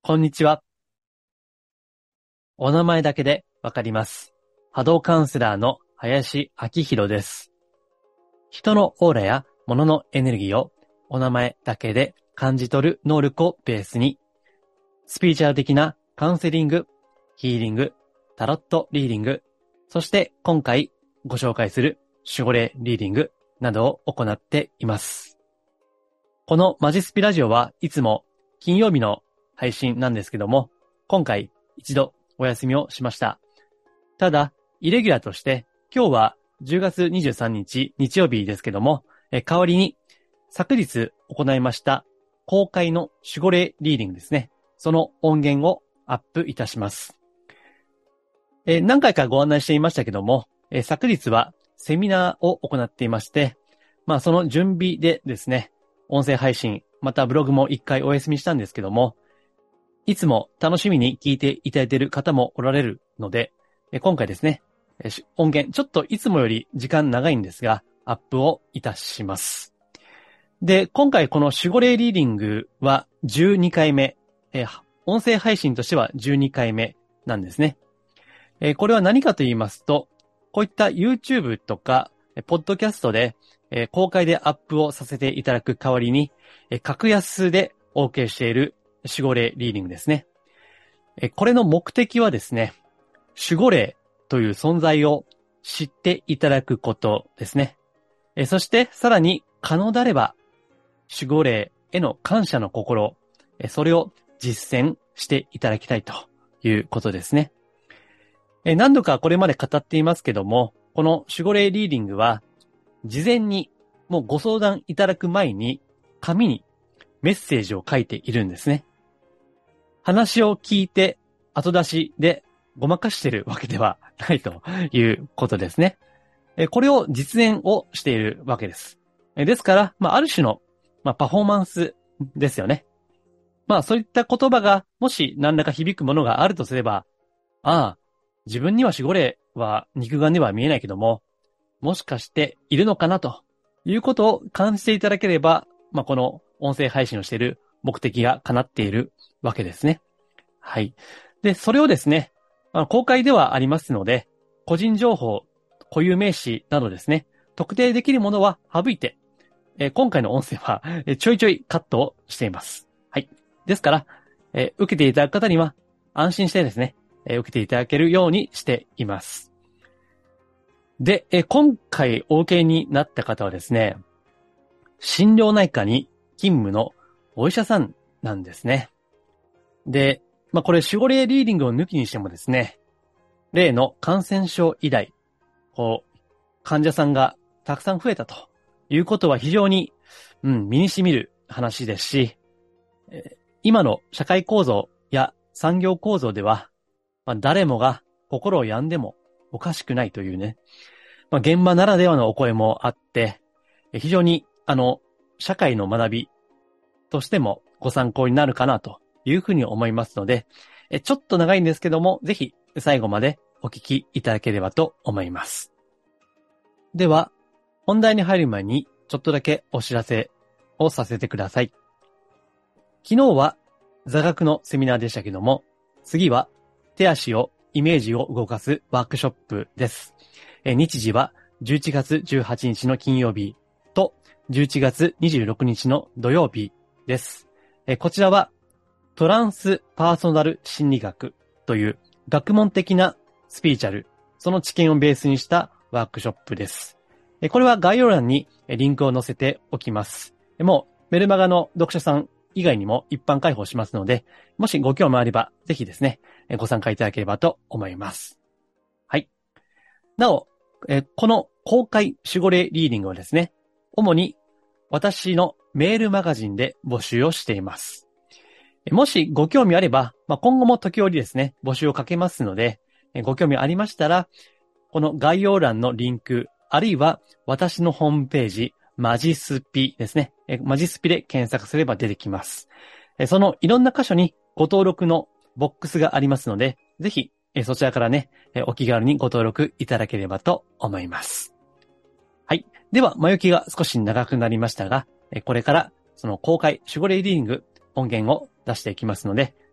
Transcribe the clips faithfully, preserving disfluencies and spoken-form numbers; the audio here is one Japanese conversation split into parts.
こんにちは。お名前だけでわかります。波動カウンセラーの林明宏です。人のオーラや物のエネルギーをお名前だけで感じ取る能力をベースに、スピリチュアル的なカウンセリング、ヒーリング、タロットリーディング、そして今回ご紹介する守護霊リーディングなどを行っています。このマジスピラジオはいつも金曜日の配信なんですけども、今回一度お休みをしました。ただ、イレギュラーとして今日はじゅうがつにじゅうさんにち日曜日ですけども、え代わりに昨日行いました公開の守護霊リーディングですね。その音源をアップいたします。え何回かご案内していましたけども、え昨日はセミナーを行っていまして、まあその準備でですね、音声配信、またブログも一回お休みしたんですけども、いつも楽しみに聞いていただいている方もおられるので、今回ですね、音源、ちょっといつもより時間長いんですが、アップをいたします。で、今回この守護霊リーディングはじゅうにかいめ、え音声配信としてはじゅうにかいめなんですね。えこれは何かと言いますと、こういった YouTube とか、ポッドキャストで、え公開でアップをさせていただく代わりに、え格安でお受けしている守護霊リーディングですね。えこれの目的はですね、守護霊という存在を知っていただくことですね。えそしてさらに可能であれば守護霊への感謝の心、えそれを実践していただきたいということですね。え何度かこれまで語っていますけども、この守護霊リーディングは事前にもうご相談いただく前に紙にメッセージを書いているんですね。話を聞いて後出しでごまかしているわけではないということですね。これを実演をしているわけです。ですから、まあ、ある種の、まあ、パフォーマンスですよね。まあ、そういった言葉がもし何らか響くものがあるとすれば、ああ、自分には守護霊は肉眼では見えないけども、もしかしているのかなということを感じていただければ、まあ、この音声配信をしている目的が叶っているわけですね。はい。で、それをですね、まあ、公開ではありますので、個人情報、固有名詞などですね、特定できるものは省いて、えー、今回の音声は、えー、ちょいちょいカットをしています。はい。ですから、えー、受けていただく方には安心してですね、えー、受けていただけるようにしています。で、えー、今回お受けになった方はですね、心療内科に勤務のお医者さんなんですね。で、まあ、これ守護霊リーディングを抜きにしてもですね、例の感染症以来、こう、患者さんがたくさん増えたということは非常に、うん、身に染みる話ですし、えー、今の社会構造や産業構造では、まあ、誰もが心を病んでもおかしくないというね、まあ、現場ならではのお声もあって、非常に、あの、社会の学びとしてもご参考になるかなというふうに思いますので、ちょっと長いんですけども、ぜひ最後までお聞きいただければと思います。では、本題に入る前にちょっとだけお知らせをさせてください。昨日は座学のセミナーでしたけども、次は手足をイメージを動かすワークショップです。え日時はじゅういちがつじゅうはちにちの金曜日とじゅういちがつにじゅうろくにちの土曜日です。えこちらはトランスパーソナル心理学という学問的なスピリチュアル、その知見をベースにしたワークショップです。これは概要欄にリンクを載せておきます。もうメルマガの読者さん以外にも一般開放しますので、もしご興味あればぜひですね、ご参加いただければと思います。はい。なお、この公開守護霊リーディングはですね、主に私のメールマガジンで募集をしています。もしご興味あれば、まあ、今後も時折ですね、募集をかけますので、ご興味ありましたら、この概要欄のリンク、あるいは私のホームページ、マジスピですね。マジスピで検索すれば出てきます。そのいろんな箇所にご登録のボックスがありますので、ぜひそちらからね、お気軽にご登録いただければと思います。はい。では、前置きが少し長くなりましたが、これからその公開守護霊リーディング音源を出していきますので、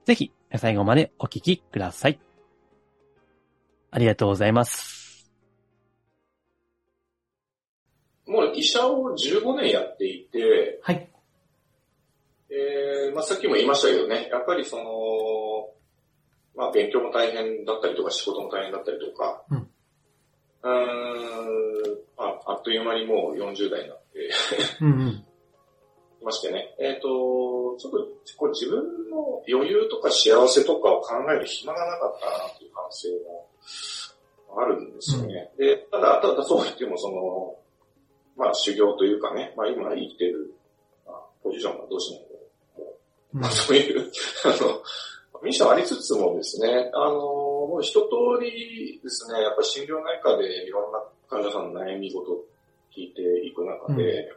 ぜひ最後までお聞きください。ありがとうございます。 もう医者をじゅうごねんやっていて、 はい。 えー、まあ、さっきも言いましたけどね、やっぱりその、まあ、勉強も大変だったりとか、仕事も大変だったりとか、うん、うーん、まあ、あっという間にもうよんじゅう代になって、うんうん、いましてね、えっと、ちょっとこれ自分の余裕とか幸せとかを考える暇がなかったなという反省もあるんですよね。うん、で、ただ、ただそう言ってもその、まあ修行というかね、まあ今生きてる、まあ、ポジションがどうしても、もう、まあそういう、あの、ミッションありつつもですね、あの、もう一通りですね、やっぱ診療内科でいろんな患者さんの悩み事を聞いていく中で、うん、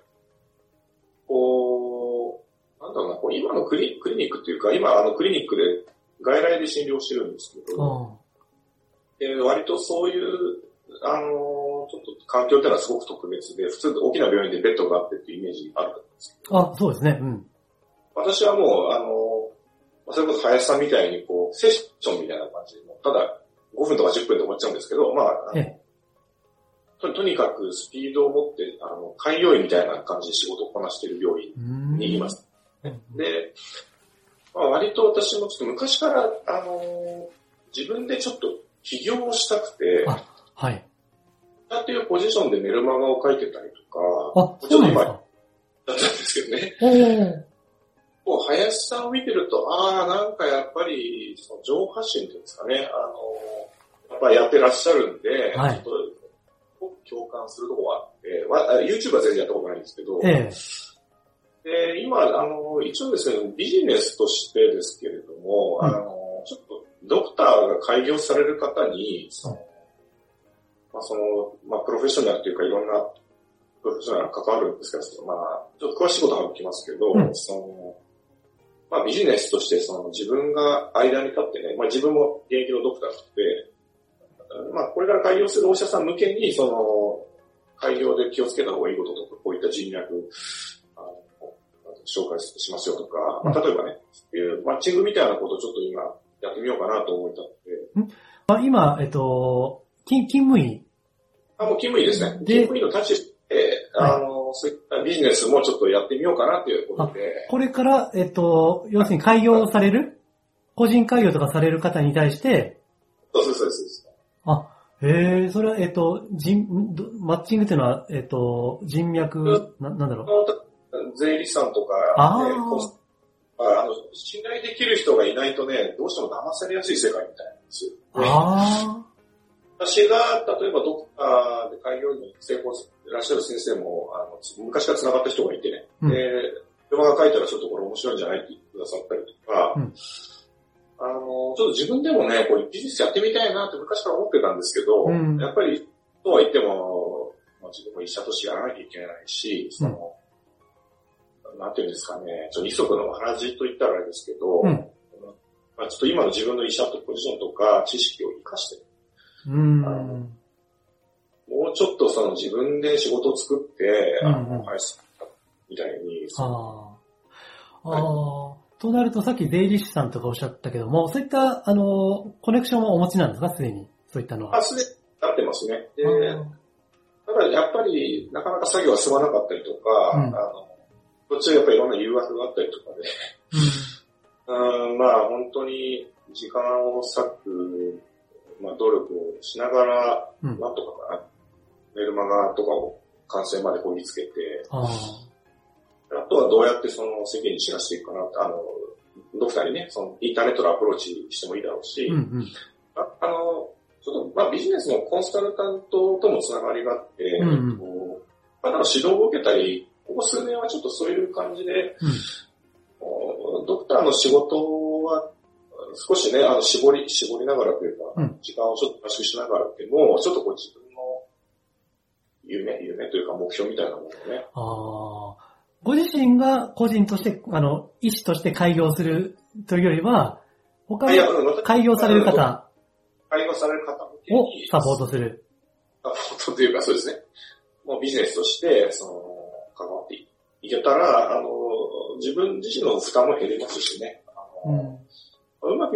こう、なんだろうな、こう今のクリ、クリニックっていうか、今あのクリニックで外来で診療してるんですけど、えー、割とそういう、あの、ちょっと環境ってのはすごく特別で、普通大きな病院でベッドがあってっていうイメージあると思うんですけど。 あ、そうですね。うん。 私はもう、あの、それこそ林さんみたいにこう、セッションみたいな感じで、ただごふんとかじゅっぷんで終わっちゃうんですけど、まあ、あのと, とにかくスピードを持って、あの、開業医みたいな感じで仕事をこなしている病院にいます。で、まあ、割と私もちょっと昔から、あの、自分でちょっと起業をしたくて、 あ、はい。 っていうポジションでメルマガを書いてたりとか、 あ、そうなんですか？ だったんですけどね。こう林さんを見てると、ああ、なんかやっぱり、その情報発信っていうんですかね、あの、やっぱりやってらっしゃるんで、はい、ちょっと共感するところがあって、YouTube は全然やったことないんですけど、ええ、で今、あの、一応ですね、ビジネスとしてですけれども、うん、あの、ちょっとドクターが開業される方に、その、まあ、その、まあ、プロフェッショナルというかいろんなプロフェッショナルが関わるんですけど、まあ、ちょっと詳しいことは聞きますけど、うん、その、まあ、ビジネスとしてその自分が間に立ってね、まあ、自分も現役のドクターで、まあ、これから開業するお医者さん向けに、その、開業で気をつけた方がいいこととか、こういった人脈、あの紹介しますよとか、まあ、例えばね、いうマッチングみたいなことをちょっと今やってみようかなと思ったので。 んあ今、えっと、勤務医あ、もう勤務医ですね。勤務医の立ちで、あの、はい、そういったビジネスもちょっとやってみようかなということで。 これから、えっと、要するに開業される個人開業とかされる方に対して、 そうです、そうです。 あ、へえ、それは、えっと、人、マッチングっていうのは、えっと、人脈、な、なんだろう。税理士さんとか、ね、 ああの、信頼できる人がいないとね、どうしても騙されやすい世界みたいなんですよ、ね。 ああ。 私が、例えばドクターで開業に成功していらっしゃる先生も、あの、昔から繋がった人がいてね、うん、で、電話が書いたらちょっとこれ面白いんじゃないって言ってくださったりとか、うん、あの、ちょっと自分でもね、こういうビジネスやってみたいなって昔から思ってたんですけど、うん、やっぱり、とは言っても、まあ、自分も医者としてやらなきゃいけないし、その、うん、なんていうんですかね、ちょっと二足のわらじと言ったらあれですけど、うん、まあ、ちょっと今の自分の医者とポジションとか知識を活かして、 うん、 もうちょっとその自分で仕事を作って、うんうん、あの、みたいに。 ああ、はい、ああ。となるとさっき税理士さんとかおっしゃったけども、そういった、あの、コネクションはお持ちなんですか、すでに。そういったのは。 あ、すでになってますね。で、ただやっぱりなかなか作業は進まなかったりとか、うん、あの、途中やっぱりいろんな誘惑があったりとかで、うん、ん、まあ本当に時間を割く、まあ、努力をしながら、うん、なんとかかな、メルマガとかを完成までこぎつけて、あ, あとはどうやってその世間に知らせていくかなって、あの、ドクターにね、そのインターネットのアプローチしてもいいだろうし、うんうん、あ, あの、ちょっと、まあ、ビジネスのコンサルタントともつながりがあって、うんうん、こうまだ指導を受けたり、ここ数年はちょっとそういう感じで、うん、ドクターの仕事は、少しね、あの、絞り、絞りながらというか、うん、時間をちょっと圧縮しながらでも、ちょっとこう自分の夢、夢というか目標みたいなものをね。 ああ。ご自身が個人として、あの、医師として開業するというよりは、他に開業される方。 開業される方向けに。をサポートする。 サポートというか、そうですね。もうビジネスとして、その、関わっていけたら、あの、自分自身の負担も減りますしね。あの、うん、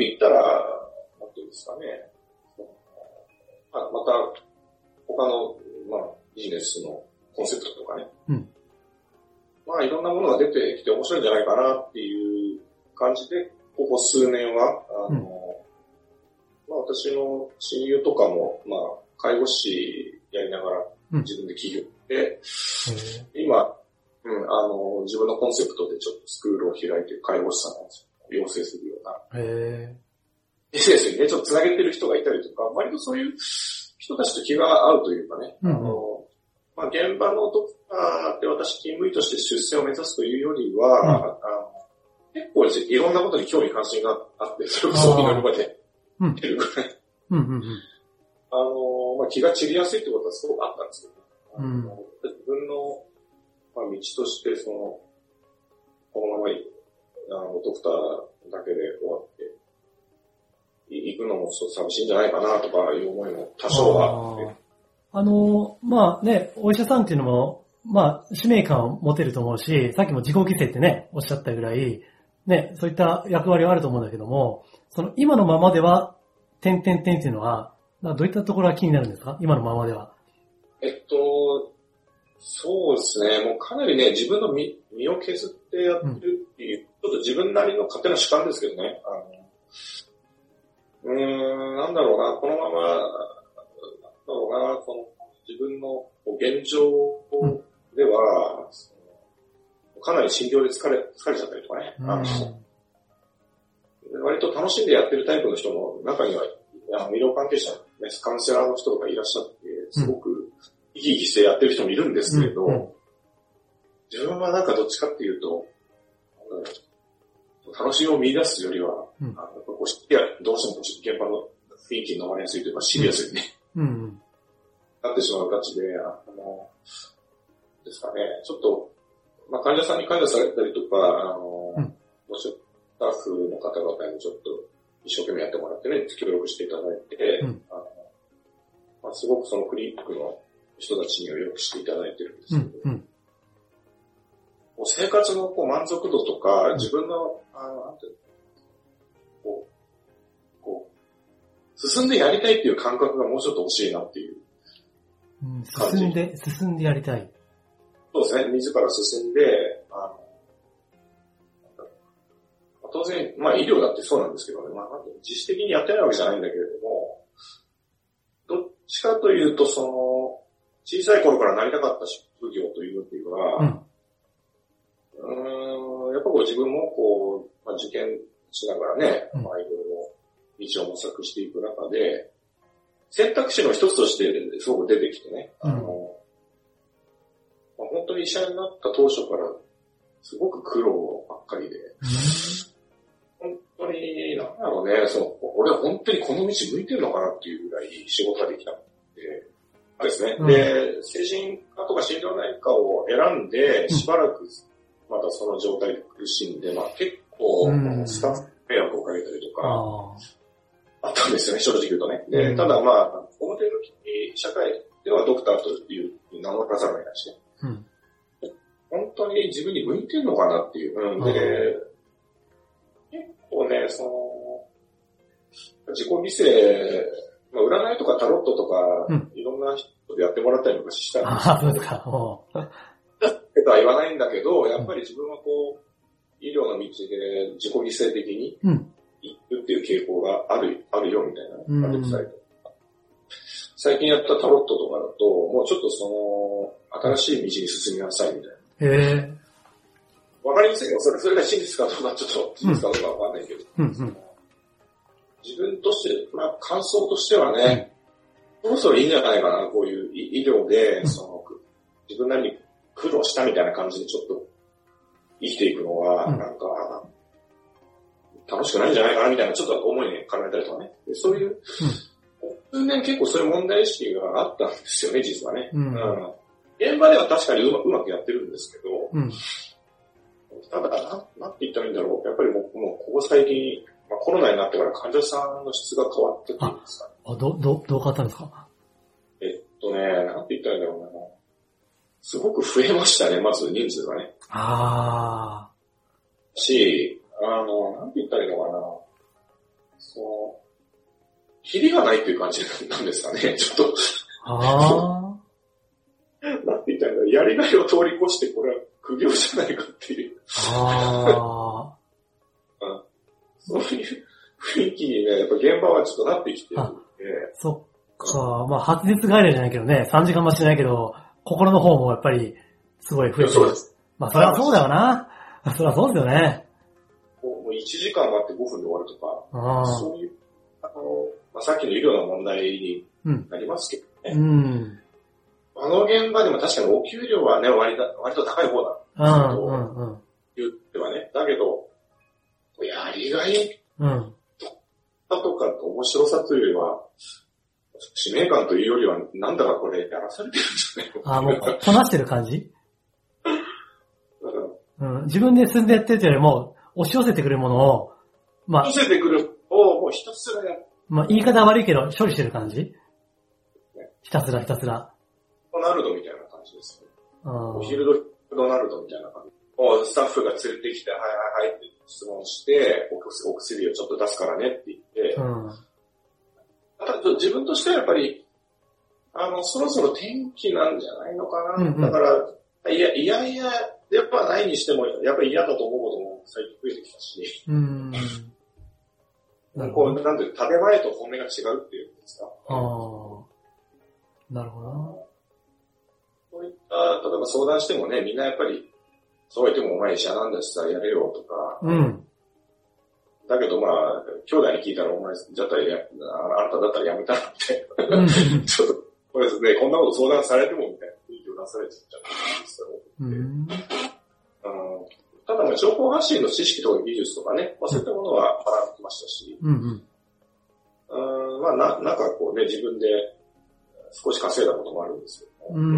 くいったら、なんていうんですかね、まあ、また、他の、まあ、ビジネスのコンセプトとかね、うん、まあ、いろんなものが出てきて面白いんじゃないかなっていう感じで、ここ数年は、あの、うん、まあ、私の親友とかも、まあ、介護士やりながら自分で起業して、うん、今、うん、あの、自分のコンセプトでちょっとスクールを開いて介護士さんを養成するような。へビジネスにね、ちょっと繋げてる人がいたりとか、割とそういう人たちと気が合うというかね、うんうん、あの、まあ、現場のドクターで私勤務医として出世を目指すというよりは、うん、あの結構いろんなことに興味関心があって、それこそ祈るまで出るくらい。うんうんうん、あの、まあ、気が散りやすいってことはすごくあったんですけど、ね、うん、自分の、まあ、道として、その、このままあのドクターだけで終わって、行くのもちょっと寂しいんじゃないかなとかいう思いも多少はあって。 あの、まあね、お医者さんっていうのも、まあ、使命感を持てると思うし、さっきも自己犠牲ってね、おっしゃったぐらい、ね、そういった役割はあると思うんだけども、その今のままでは、点々点っていうのは、どういったところが気になるんですか？今のままでは。 えっと、そうですね。もうかなりね、自分の 身, 身を削ってやってるっていう、うん、ちょっと自分なりの勝手な主観ですけどね。あのうーん、なんだろうな、このまま、なんだろうな、この自分の現状では、うん、かなり心境で疲れ、疲れちゃったりとかね。うん、あの割と楽しんでやってるタイプの人も中には、あの医療関係者、ね、カウンセラーの人とかいらっしゃって、すごく生き生きしてやってる人もいるんですけれど、うん、自分はなんかどっちかっていうと、楽しみを見出すよりは、うん、あのこういやどうしても現場の雰囲気に飲まれやすいというかシリアスに、ねうんうん、なってしまう形で、あの、ですかね、ちょっと、まあ、患者さんに介護されたりとか、あの、うん、もしスタッフの方々にちょっと一生懸命やってもらってね、協力していただいて、うん、あのまあ、すごくそのクリニックの人たちにはよくしていただいてるんですけど、うんうん生活のこう満足度とか、自分の、あの、なんていうの、こう、こう、進んでやりたいっていう感覚がもうちょっと欲しいなっていう感じ。うん、進んで、進んでやりたい。 そうですね、自ら進んで、あの、当然、まあ医療だってそうなんですけどね、まあ自主的にやってないわけじゃないんだけれども、どっちかというと、その、小さい頃からなりたかった職業というよりは、うんうーんやっぱこう自分もこう、まあ、受験しながらね、うん、まあいろいろ道を模索していく中で、選択肢の一つとしてすごく出てきてね、うん、あの、まあ、本当に医者になった当初からすごく苦労ばっかりで、うん、本当に、なんだろうね、その、俺は本当にこの道向いてるのかなっていうぐらい仕事ができたので、ですね、うん、で、精神科とか心療内科を選んで、しばらく、うんまだその状態で苦しんで、まあ結構、スタッフ迷惑をかけたりとか、あったんですよね、正直言うとね。で、うん、ただまあ、表向き社会ではドクターという名乗らざるを得ないしね、うん。本当に自分に向いてるのかなっていう。うん、で、結構ね、その、自己犠牲、まあ、占いとかタロットとか、うん、いろんな人でやってもらったりとかしたんですけど、あ、そうですか。とは言わないんだけど、やっぱり自分はこう、医療の道で自己犠牲的に行くっていう傾向がある、あるよみたいな、うん、最近やったタロットとかだと、もうちょっとその、新しい道に進みなさいみたいな。へー。わかりませんよ。それ、それが真実かどうかちょっと、真実かどうかわかんないけど、うんうん、自分として、まあ感想としてはね、そろそろいいんじゃないかな、こういう医療で、その、自分なりに苦労したみたいな感じでちょっと生きていくのは、なんか、楽しくないんじゃないかなみたいなちょっと思いに絡めたりとかね。でそういう、数、うん、年結構そういう問題意識があったんですよね、実はね。うんうん、現場では確かにうまうまくやってるんですけど、うん、ただな、なんて言ったらいいんだろう。やっぱりもう、もうここ最近、まあ、コロナになってから患者さんの質が変わったっていうんですかね。 あ、ど、ど、どう変わったんですか？ えっとね、なんて言ったらいいんだろうな。すごく増えましたね、まず人数がね。ああ。し、あの、なんて言ったらいいのかな。 キリがないっていう感じなんですかね、ちょっと。 ああ。なんて言ったらいいんだ、やりがいを通り越して、これは苦行じゃないかっていう。 ああ。うん。そういう雰囲気にね、やっぱ現場はちょっとなってきてるんで。 そっか。まあ、発熱外来じゃないけどね、さんじかん待ちじゃないけど、心の方もやっぱり、すごい増えてる。 そうです。 まあ、そりゃそうだよな。そりゃそうですよね。 もういちじかん待ってごふんで終わるとか、 あそういう、あの、まあ、さっきの医療の問題になりますけどね。 うん。 あの現場でも確かにお給料はね、割と割と高い方なんですけど、 うんうんうん、 言ってはね。だけど、やりがいうんだとか面白さというよりは、使命感というよりは、なんだかこれやらされてるんじゃないのかな。 あ、もうこなしてる感じうん、自分で進んでやってるというよりも、押し寄せてくるものを、まあ、 押し寄せてくるをもうひたすらやる。 まあ、言い方悪いけど、処理してる感じ、ね、ひたすらひたすら。 ドナルドみたいな感じですね。 お昼ドナルドみたいな感じ。スタッフが連れてきて、はいはいはいって質問して、お薬をちょっと出すからねって言って、うん、ただ自分としてはやっぱり、あの、そろそろ転機なんじゃないのかな。うんうん、だから、いや、いやいや、やっぱないにしても、やっぱり嫌だと思うことも最近増えてきたし。うん。こう、なんていう食べ前と本音が違うっていうんですか。 ああ。なるほどな。 そういった、例えば相談してもね、みんなやっぱり、そう言ってもお前医者なんだしさ、やれよとか。 うん。 だけどまあ、兄弟に聞いたらお前、だったらや、あなただったらやめたらって。ちょっと、これですね、こんなこと相談されてもみたいな雰囲気を出されちゃったんですよ。うん。あのただ、情報発信の知識とか技術とかね、まあ、そういったものは学んできましたし、うんうん、まあな、なんかこうね、自分で少し稼いだこともあるんですけども。うん。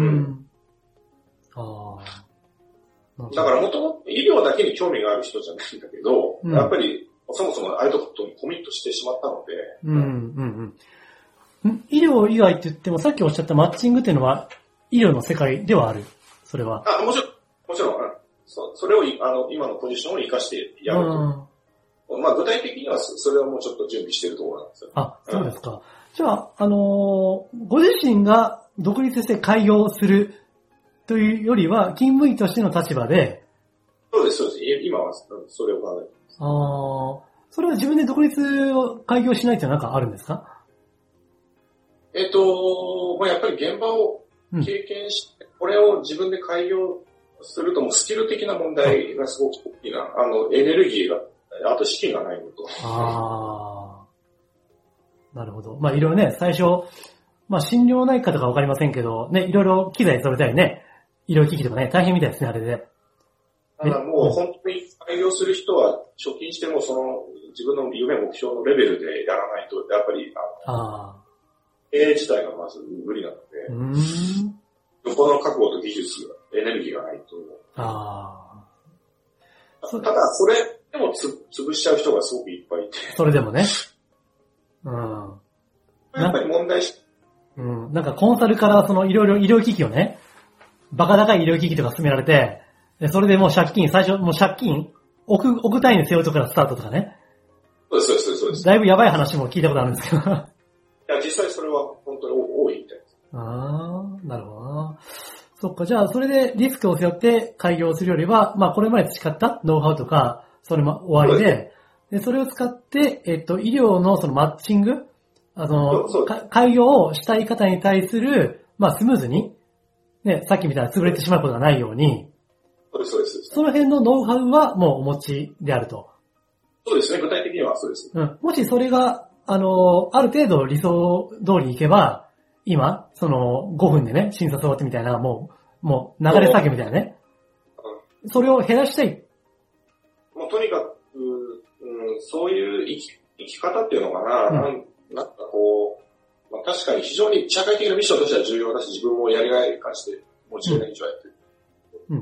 ああ。だからもともと医療だけに興味がある人じゃないんだけど、うん、やっぱりそもそもああいうことにコミットしてしまったので。うんうんうん。医療以外って言っても、さっきおっしゃったマッチングっていうのは医療の世界ではある。それは。 あ、もちろん、もちろん。そ, それをあの今のポジションを活かしてやると。まあ具体的にはそれはもうちょっと準備しているところなんですよ。 あ、そうですか。うん、じゃあ、あのー、ご自身が独立して開業するというよりは、勤務医としての立場で。 そうです、そうです。今はそれを考えてます。 ああ、それは自分で独立を開業しないというのは何かあるんですか？ えっと、まあ、やっぱり現場を経験して、うん、これを自分で開業するともうスキル的な問題がすごく大きな、あの、エネルギーが、あと資金がないのと。 ああ。なるほど。まあ、いろいろね、最初、まあ、心療内科とかわかりませんけど、ね、いろいろ機材揃えたりね、医療機器とかね、大変みたいですね、あれで。 だからもう本当に開業する人は、貯金してもその、自分の夢目標のレベルでやらないと、やっぱり、あの、あ経営自体がまず無理なので、うーん、横の覚悟と技術が、エネルギーがないと。ああ。ただ、それでもつ潰しちゃう人がすごくいっぱいいて。 それでもね。うん。 やっぱり問題し、 うん。なんかコンサルからそのいろいろ医療機器をね、バカ高い医療機器とか勧められて、でそれでもう借金、最初もう借金、億、億単位で背負うとからスタートとかね。 そうです、そうです、そうです。 だいぶやばい話も聞いたことあるんですけど。いや、実際それは本当に多いみたいです。 ああ、なるほどな。そっか、じゃあ、それでリスクを背負って開業するよりは、まあ、これまで培ったノウハウとか、それも終わりで、で、それを使って、えっと、医療のそのマッチング、あの、開業をしたい方に対する、まあ、スムーズに、ね、さっきみたいな潰れてしまうことがないように、 そうです、そうです。 その辺のノウハウはもうお持ちであると。 そうですね、具体的にはそうです。 うん。もしそれが、あの、ある程度理想通りにいけば、今、その、ごふんでね、診察終わってみたいな、もう、もう、流れ作業みたいなね。うん、それを減らしたい。 もう、とにかく、うん、そういう生き、生き方っていうのかな、うん、なん、なんかこう、まあ、確かに非常に社会的なミッションとしては重要だし、自分もやりがい感して、もうじゅうねん以上やってる。うん。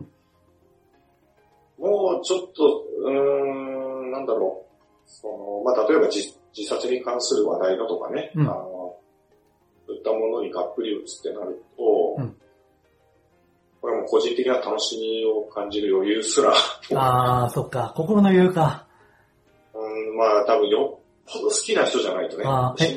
もう、ちょっと、うーん、なんだろう。その、まあ、例えば自、自殺に関する話題だとかね、うん、あの、そういったものにがっぷり打つってなると、うん、これはもう個人的な楽しみを感じる余裕すら。 ああ、そっか。心の余裕か。 うん、まあ多分よっぽど好きな人じゃないとね。診療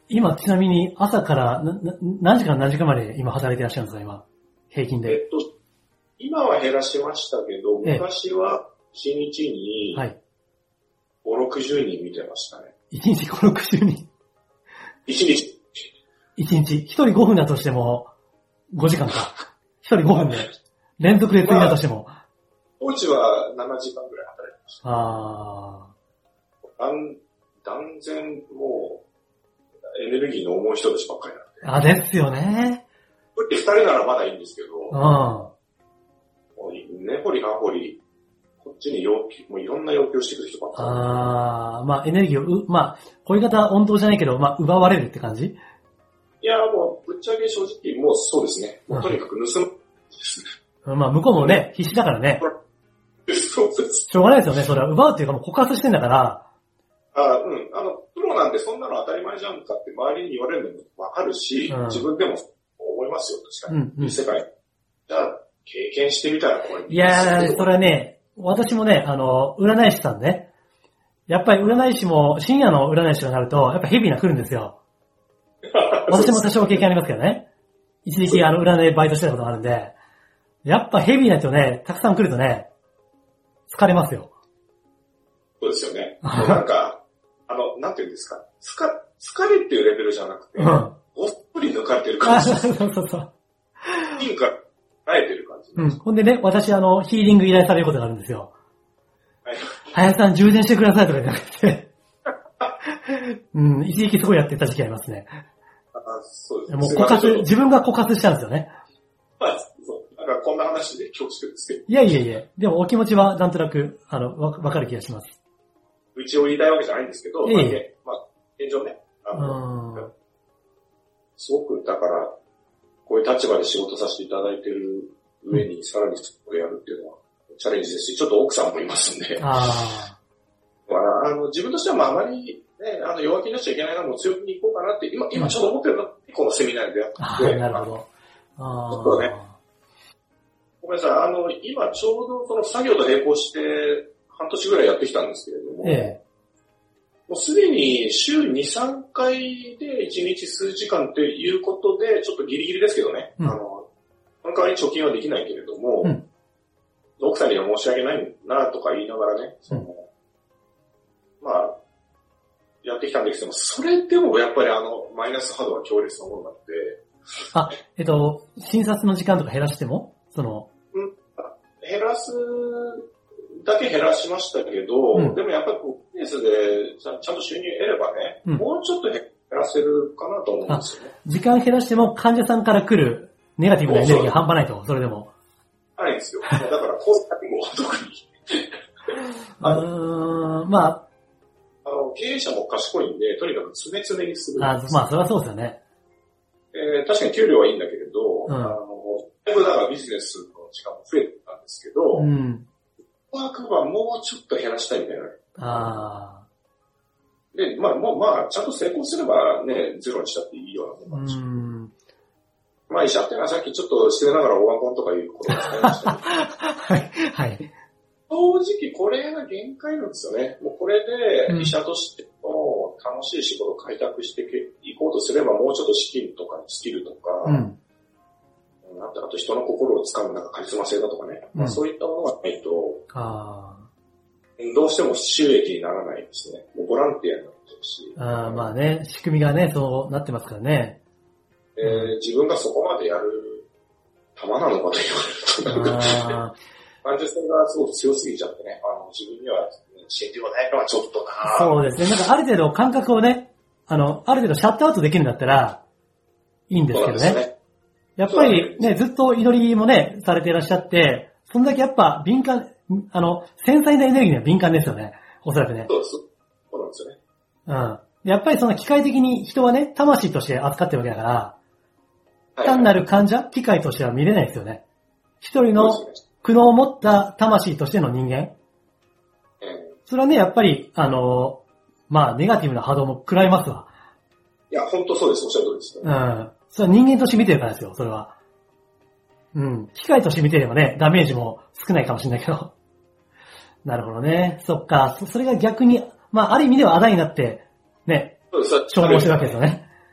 今ちなみに朝からなな何時から何時間まで今働いてらっしゃるんですか、今。平均で。 えっと、今は減らしましたけど、昔はいちにちにご、ろくじゅうにん見てましたね。 いちにちご、ろくじゅうにん。 いちにち。 いちにち。ひとりごふんだとしてもごじかんか。ひとりごふんで。連続でついだとしても。 当時はななじかんぐらい働いてました。 ああ。断然もう、エネルギーの重い人たちばっかりなんで。 あ、ですよね。 ふたりならまだいいんですけど、 うん。 もう根掘り葉掘り、こっちに要求、もういろんな要求をしてくる人ばっかり。 ああ、まあエネルギーを、う、まあ、こういう方は温当じゃないけど、まあ奪われるって感じ？ いや、もう、ぶっちゃけ正直、もうそうですね。もうとにかく盗むですね。 うん、まあ向こうもね、必死だからね。 そうです。 しょうがないですよね。それは奪うっていうかもう枯渇してんだから。 あうん。あの、プロなんでそんなの当たり前じゃんかって周りに言われるのもわかるし、うん、自分でも思いますよ、確かに。うんうん、世界。じゃあ、経験してみたらこれ。 いやー、それはね、私もね、あの、占い師さんね。やっぱり占い師も、深夜の占い師がなると、やっぱヘビーな来るんですよ。私も多少経験ありますけどね。一時期あの、占いバイトしてたことがあるんで、やっぱヘビーな人ね、たくさん来るとね、疲れますよ。 そうですよね。なんか、あの、なんていうんですか、つか、疲れっていうレベルじゃなくて、うん、ごっそり抜かれてる感じ。 そうそうそう。 ピンから生えてる感じ。 うん。ほんでね、私あの、ヒーリング依頼されることがあるんですよ。 はい。 林さん充電してくださいとか言ってうん、一時期すごいやってた時期ありますね。 あ、そうですね。 もう枯渇、自分が枯渇しちゃうんですよね。 まあ、そう。なんかこんな話で恐縮ですけど。 いやいやいや、でもお気持ちはなんとなく、あの、わ、わかる気がします。 うちを言いたいわけじゃないんですけど、 ええ、 まあ、現状ね、あの、すごく、だから、こういう立場で仕事させていただいている上に、さらにこれやるっていうのは、チャレンジですし、ちょっと奥さんもいますんで。 あまあ、あの、自分としてはまあ、あまり、ね、あの、弱気になっちゃいけないな、もう強気に行こうかなって、今、今ちょっと思ってるのは、このセミナーでやってて。 なるほど。 ああ。ちょっとね。ごめんなさい、あの、今ちょうどその作業と並行して、半年ぐらいやってきたんですけれども、ええ、もうすでに週に、さんかいでいちにち数時間ということで、ちょっとギリギリですけどね、うん、あの、その代わりに貯金はできないけれども、うん、奥さんには申し訳ないなとか言いながらね、その、うん、まあ、やってきたんですけども、それでもやっぱりあの、マイナス波動は強烈なものになって、 あ、えっと、診察の時間とか減らしてもその、 うん、減らす、だけ減らしましたけど、うん、でもやっぱりこう、ビジネスでちゃんと収入得ればね、うん、もうちょっと減らせるかなと思うんですよね。 時間減らしても患者さんから来るネガティブなエネルギーが半端ないと、それでも。 ないんですよ。だから、こう先も特に。 あのー、まあ、 あの、経営者も賢いんで、とにかく常々にする。 あ、まあ、それはそうですよね。 えー、確かに給料はいいんだけれど、うん、あの、だいぶだからビジネスの時間も増えてたんですけど、うんワークはもうちょっと減らしたいみたいな。ああ。で、まあ、もうまあ、ちゃんと成功すればね、ゼロにしたっていいようなもんなんでしょう。うんまあ、医者ってのはさっきちょっと失礼ながらオワコンとかいうことを伝えましたけど。 はい、はい。 正直これが限界なんですよね。もうこれで医者としての楽しい仕事を開拓していこうとすれば、もうちょっと資金とかスキルとか、うんあと人の心をつかむなんかカリスマ性だとかね、うんまあ、そういったものがないと、あどうしても収益にならないですね。もうボランティアになってるし。 あまあね、仕組みがね、そうなってますからね。 えー、自分がそこまでやる玉なのかと言われると、なんか、感受性がすごく強すぎちゃってね、あの自分には信じようないのはちょっとなそうですね。なんかある程度感覚をね、あの、ある程度シャットアウトできるんだったら、いいんですけどね。やっぱりね、ずっと祈りもね、されていらっしゃって、そんだけやっぱ敏感、あの、繊細なエネルギーには敏感ですよね。おそらくね。 そうです。そうなんですよね。 うん。やっぱりその機械的に人はね、魂として扱ってるわけだから、はい、単なる患者、機械としては見れないですよね。一人の苦悩を持った魂としての人間。それはね、やっぱり、あの、まあ、ネガティブな波動も食らいますわ。 いや、ほんとそうです。おっしゃる通りです、ね。 うん。それは人間として見てるからですよ、それは。うん。機械として見てればね、ダメージも少ないかもしれないけど。なるほどね。そっか。それが逆に、まあ、ある意味ではあだになって、ね、証明してるわけですよね。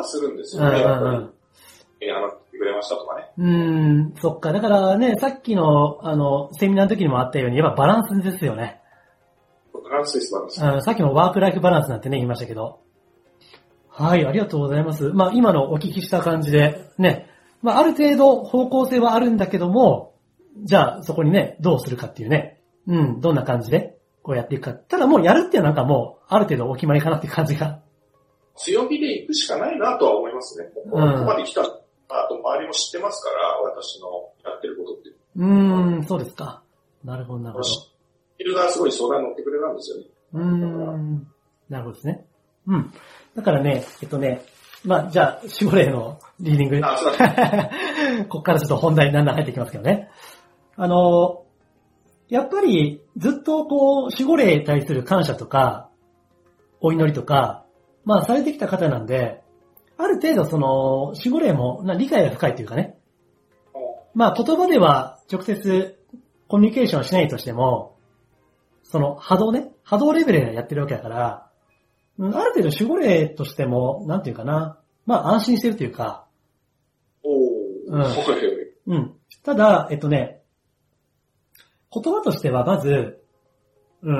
はするんですよね。 うんうんうん。 やってくれましたとかね。 うーん、そっか。だからね、さっきの、あの、セミナーの時にもあったように、やっぱバランスですよね。 バランスです、バランス。 うん、さっきもワークライフバランスなんてね、言いましたけど。はい、ありがとうございます。まあ、今のお聞きした感じで、ね、まあ、ある程度方向性はあるんだけども、じゃあ、そこにね、どうするかっていうね、うん、どんな感じで、こうやっていくか。ただもうやるっていうのはなんかもう、ある程度お決まりかなっていう感じが。 強火で行くしかないなとは思いますね。ここまで来た。あと周りも知ってますから、私のやってることって。 うーん、そうですか。なるほど、なるほど。 ヒルがすごい相談に乗ってくれたんですよね。 うーん、なるほどですね。うん。だからね、えっとね、まあ、じゃあ、守護霊のリーディング。あ、そうだ。ここからちょっと本題にだんだん入ってきますけどね。あの、やっぱりずっとこう、守護霊に対する感謝とか、お祈りとか、まあ、されてきた方なんで、ある程度その、守護霊も理解が深いというかね。まあ言葉では直接コミュニケーションをしないとしても、その波動ね、波動レベルでやってるわけだから、ある程度守護霊としても、なんていうかな、まあ安心してるというか。 おー。 うん。うん。ただ、えっとね、言葉としてはまず、うん、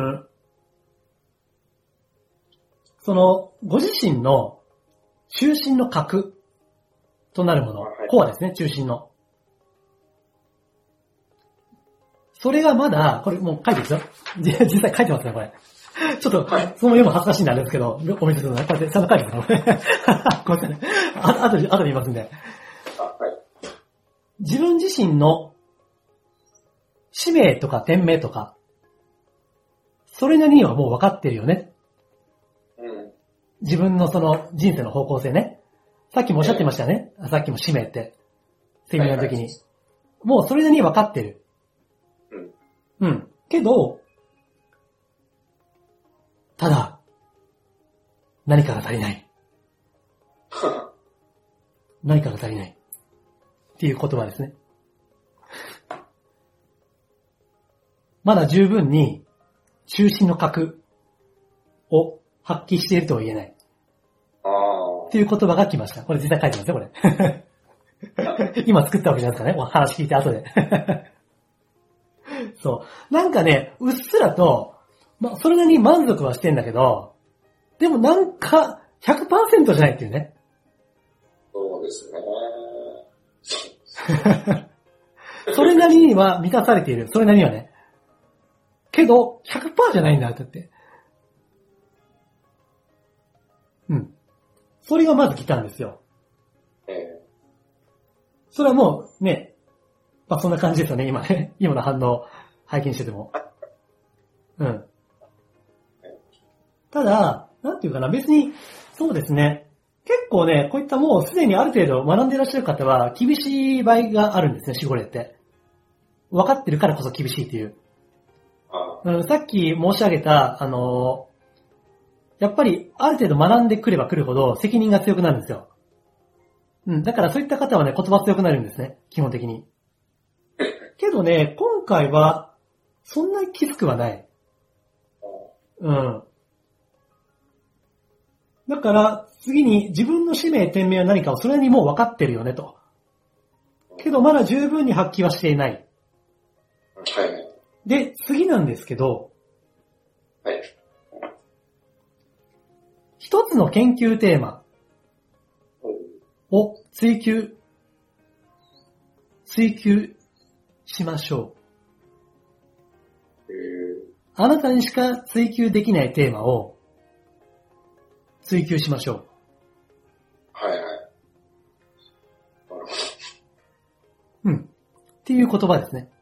その、ご自身の中心の核となるもの、コアですね、中心の。それがまだ、これもう書いてるんですよ。実際書いてますね、これ。ちょっと、その読む恥ずかしいんであれですけど、お見せするのね。こうやってちゃんと書いてますね。ごめんなさいね。あとで、あとで言いますんで。自分自身の使命とか天命とか、それなりにはもう分かってるよね。自分のその人生の方向性ね。さっきもおっしゃってましたね。さっきも使命って。セミナーの時に。もうそれなりに分かってる。うん。うん。けど、ただ、何かが足りない。何かが足りない。っていう言葉ですね。まだ十分に中心の核を発揮しているとは言えない。 ああ。 っていう言葉が来ました。これ実際書いてますよ、これ。今作ったわけじゃないですかね。お話聞いて後で。そう。なんかね、うっすらと、まあ、それなりに満足はしてんだけど、でもなんか ひゃくパーセント じゃないっていうね。 そうですね。 それなりには満たされている。それなりにはね。けど、ひゃくパーセント じゃないんだってって。うん。それがまず来たんですよ。 ええ。 それはもうね、まあそんな感じですよね、今ね。今の反応拝見してても。うん。ただ、なんていうかな、別に、そうですね。結構ね、こういったもうすでにある程度学んでいらっしゃる方は厳しい場合があるんですね、守護霊って。分かってるからこそ厳しいっていう。 ああ。 うん、さっき申し上げた、あのー、やっぱりある程度学んでくればくるほど責任が強くなるんですよ。うん、だからそういった方はね、言葉強くなるんですね、基本的に。けどね、今回は、そんなにきつくはない。うん。だから、次に自分の使命、天命は何かをそれにもう分かってるよねと。けどまだ十分に発揮はしていない。 はい。 で、次なんですけど、 はい。 一つの研究テーマを追求、追求しましょう。あなたにしか追求できないテーマを追求しましょう。 はいはい。なるほど。 うん。っていう言葉ですね。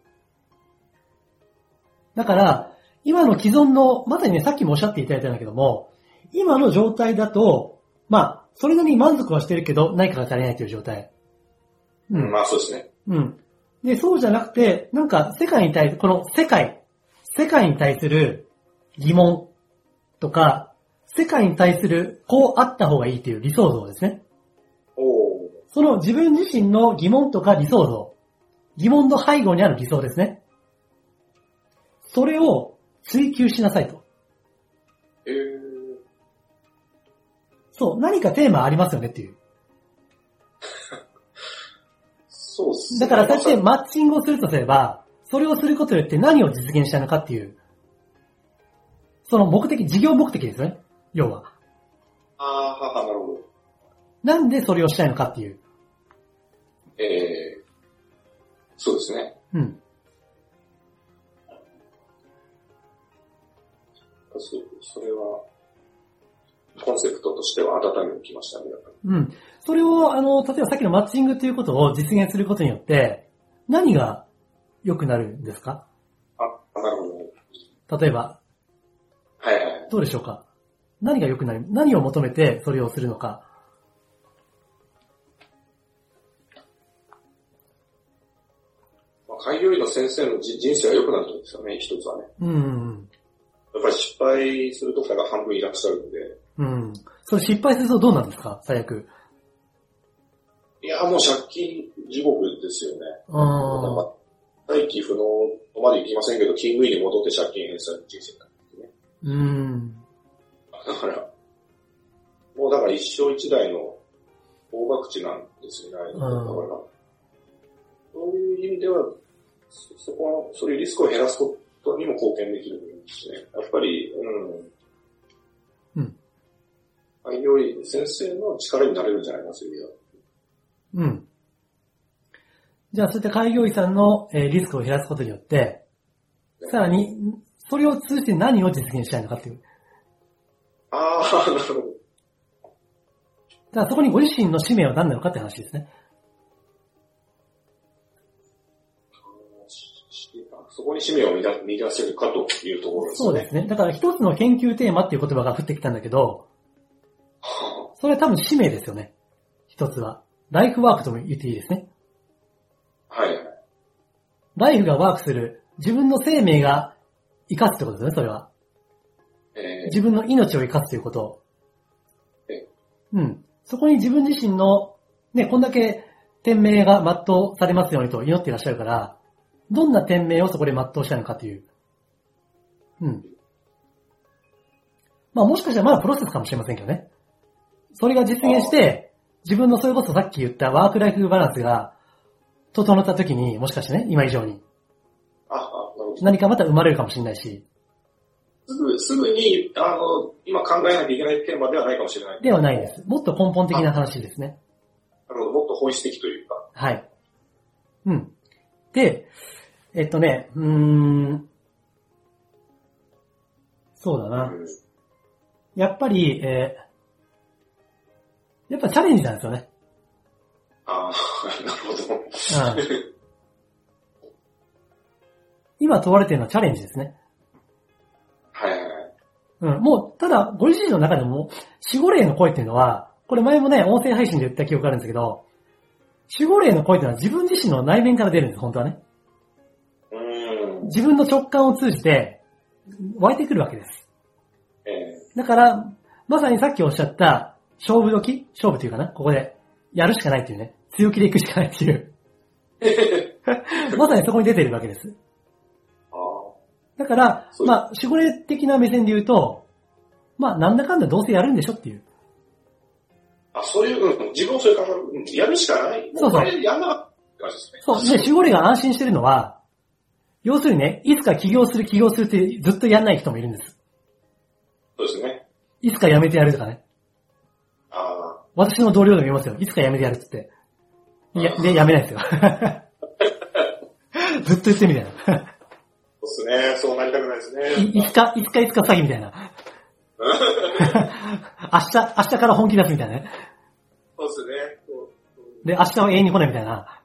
だから、今の既存の、まさにね、さっきもおっしゃっていただいたんだけども、今の状態だと、まあ、それなりに満足はしてるけど、何かが足りないという状態。 うん、まあそうですね。 うん。で、そうじゃなくて、なんか世界に対する、この世界、世界に対する疑問とか、世界に対するこうあった方がいいという理想像ですね。 おー。 その自分自身の疑問とか理想像、疑問の背後にある理想ですね。それを追求しなさいと。 えー、 そう、何かテーマありますよねっていう。 だからそうやってマッチングをするとすれば、それをすることによって何を実現したいのかっていう、その目的、事業目的ですよね。要は。 ああ、はは、なるほど。 なんでそれをしたいのかっていう。 ええー、そうですね。 うん。 そ, それは、コンセプトとしては温めてきましたね。 うん。それを、あの、例えばさっきのマッチングということを実現することによって、何が良くなるんですか？ あ、なるほど。 例えば。 はいはい。 どうでしょうか？何が良くなる？何を求めてそれをするのか。 まあ、開業医の先生の人生が良くなるんですよね、一つはね。 うん。 やっぱり失敗するとかが半分いらっしゃるんで。 うん。それ失敗するとどうなんですか？最悪。 いや、もう借金地獄ですよね。 ああ。 再起不能とまでいきませんけど、勤務医に戻って借金返済の人生になるんですね。 うん。 だから、もうだから一生一代の大博打なんですよね。だから、そういう意味では、そ, そこは、そういうリスクを減らすことにも貢献できるんですね。やっぱり、うん。うん。開業医先生の力になれるんじゃないかな、そういう意味では。 うん。じゃあ、そういった開業医さんの、えー、リスクを減らすことによって、さらに、それを通じて何を実現したいのかっていう。 ああ、なるほど。 だからそこにご自身の使命は何なのかって話ですね。 そこに使命を見出せるかというところですね。 そうですね。だから一つの研究テーマっていう言葉が降ってきたんだけど、それは多分使命ですよね。一つは。ライフワークとも言っていいですね。 はい。 ライフがワークする、自分の生命が生かすってことですね、それは。 えー、 自分の命を生かすということ。 えー、うん。そこに自分自身の、ね、こんだけ天命が全うされますようにと祈っていらっしゃるから、どんな天命をそこで全うしたいのかという。うん。まあもしかしたらまだプロセスかもしれませんけどね。それが実現して、自分のそれこそさっき言ったワークライフバランスが整った時に、もしかしてね、今以上に。 あ、あ、なるほど。 何かまた生まれるかもしれないし。 すぐ、すぐに、あの、今考えなきゃいけないテーマではないかもしれない。 ではないです。もっと根本的な話ですね。 なるほど、もっと本質的というか。 はい。うん。で、えっとね、うーん。そうだな。うん、やっぱり、えー、やっぱチャレンジなんですよね。 ああ、なるほど。うん今問われているのはチャレンジですね。 はいはいはい。 うん。もう、ただ、ご自身の中でも、守護霊の声っていうのは、これ前もね、音声配信で言った記憶があるんですけど、守護霊の声っていうのは自分自身の内面から出るんです、本当はね。 うーん。 自分の直感を通じて、湧いてくるわけです。 えー、だから、まさにさっきおっしゃった、勝負時勝負というかな、ここで、やるしかないっていうね、強気でいくしかないっていう。まさにそこに出ているわけです。だから、まあ、守護霊的な目線で言うと、まあ、なんだかんだどうせやるんでしょっていう。 あ、そういう、うん、自分をそういう考え、やるしかない。 そうそう。 やんなかった感じですね。 そう。で、守護霊が安心してるのは、要するにね、いつか起業する起業するってずっとやんない人もいるんです。 そうですね。 いつか辞めてやるとかね。 ああ。 私の同僚でも言いますよ。いつか辞めてやるって言って。いや、で、辞めないですよ。ずっと言ってみたいな。 そうですね。そうなりたくないですね。 い、いつか、いつかいつか詐欺みたいな。明日、明日から本気出すみたいなね。 そうですね。 で、明日は永遠に来ないみたいな。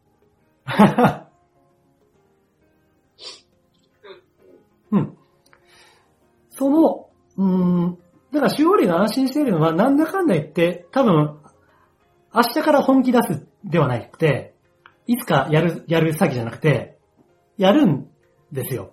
うん。その、うーん、だから、守護霊が安心しているのは、なんだかんだ言って、多分、明日から本気出すではなくて、いつかやる、やる詐欺じゃなくて、やるんですよ。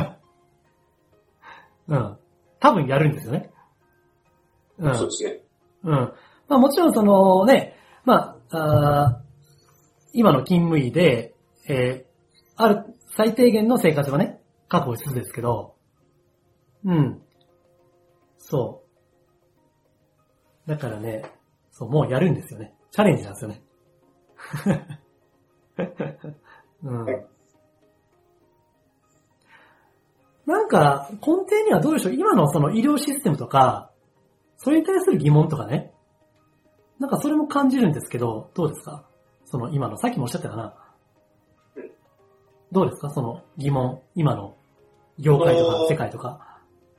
うん。多分やるんですよね。 うん。そうですね。 うん。まあもちろんそのね、まあ、あ今の勤務医で、えー、ある最低限の生活はね、確保しつつですけど、うん。そう。だからね、そう、もうやるんですよね。チャレンジなんですよね。 うん。なんか、根底にはどうでしょう、今のその医療システムとか、それに対する疑問とかね。なんかそれも感じるんですけど、どうですか？その今の、さっきもおっしゃったかな。どうですか？その疑問、今の業界とか世界とか。